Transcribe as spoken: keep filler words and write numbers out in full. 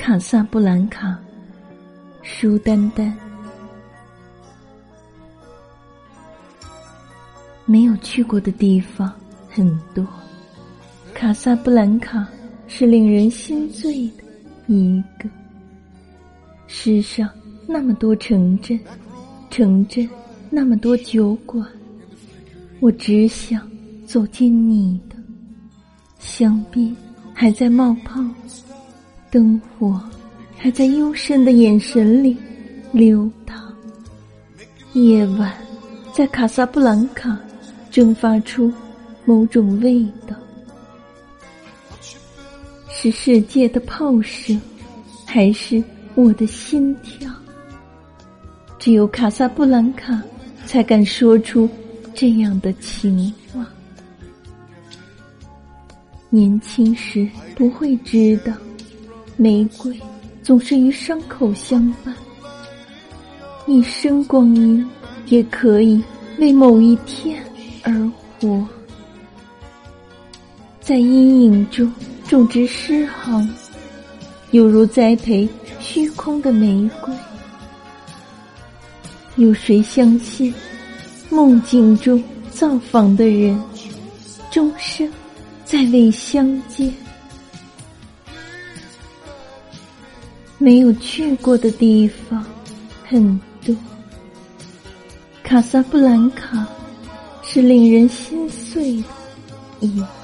卡萨布兰卡，舒丹丹。没有去过的地方很多，卡萨布兰卡是令人心醉的一个。世上那么多城镇，城镇那么多酒馆，我只想走进你的香槟还在冒泡，灯火还在幽深的眼神里流淌。夜晚在卡萨布兰卡蒸发出某种味道，是世界的炮声，还是我的心跳？只有卡萨布兰卡才敢说出这样的情话。年轻时不会知道，玫瑰总是与伤口相伴，一生光阴也可以为某一天而活。在阴影中种植诗行，犹如栽培虚空的玫瑰。有谁相信梦境中造访的人终生再未相见？没有去过的地方很多，卡萨布兰卡是令人心碎的一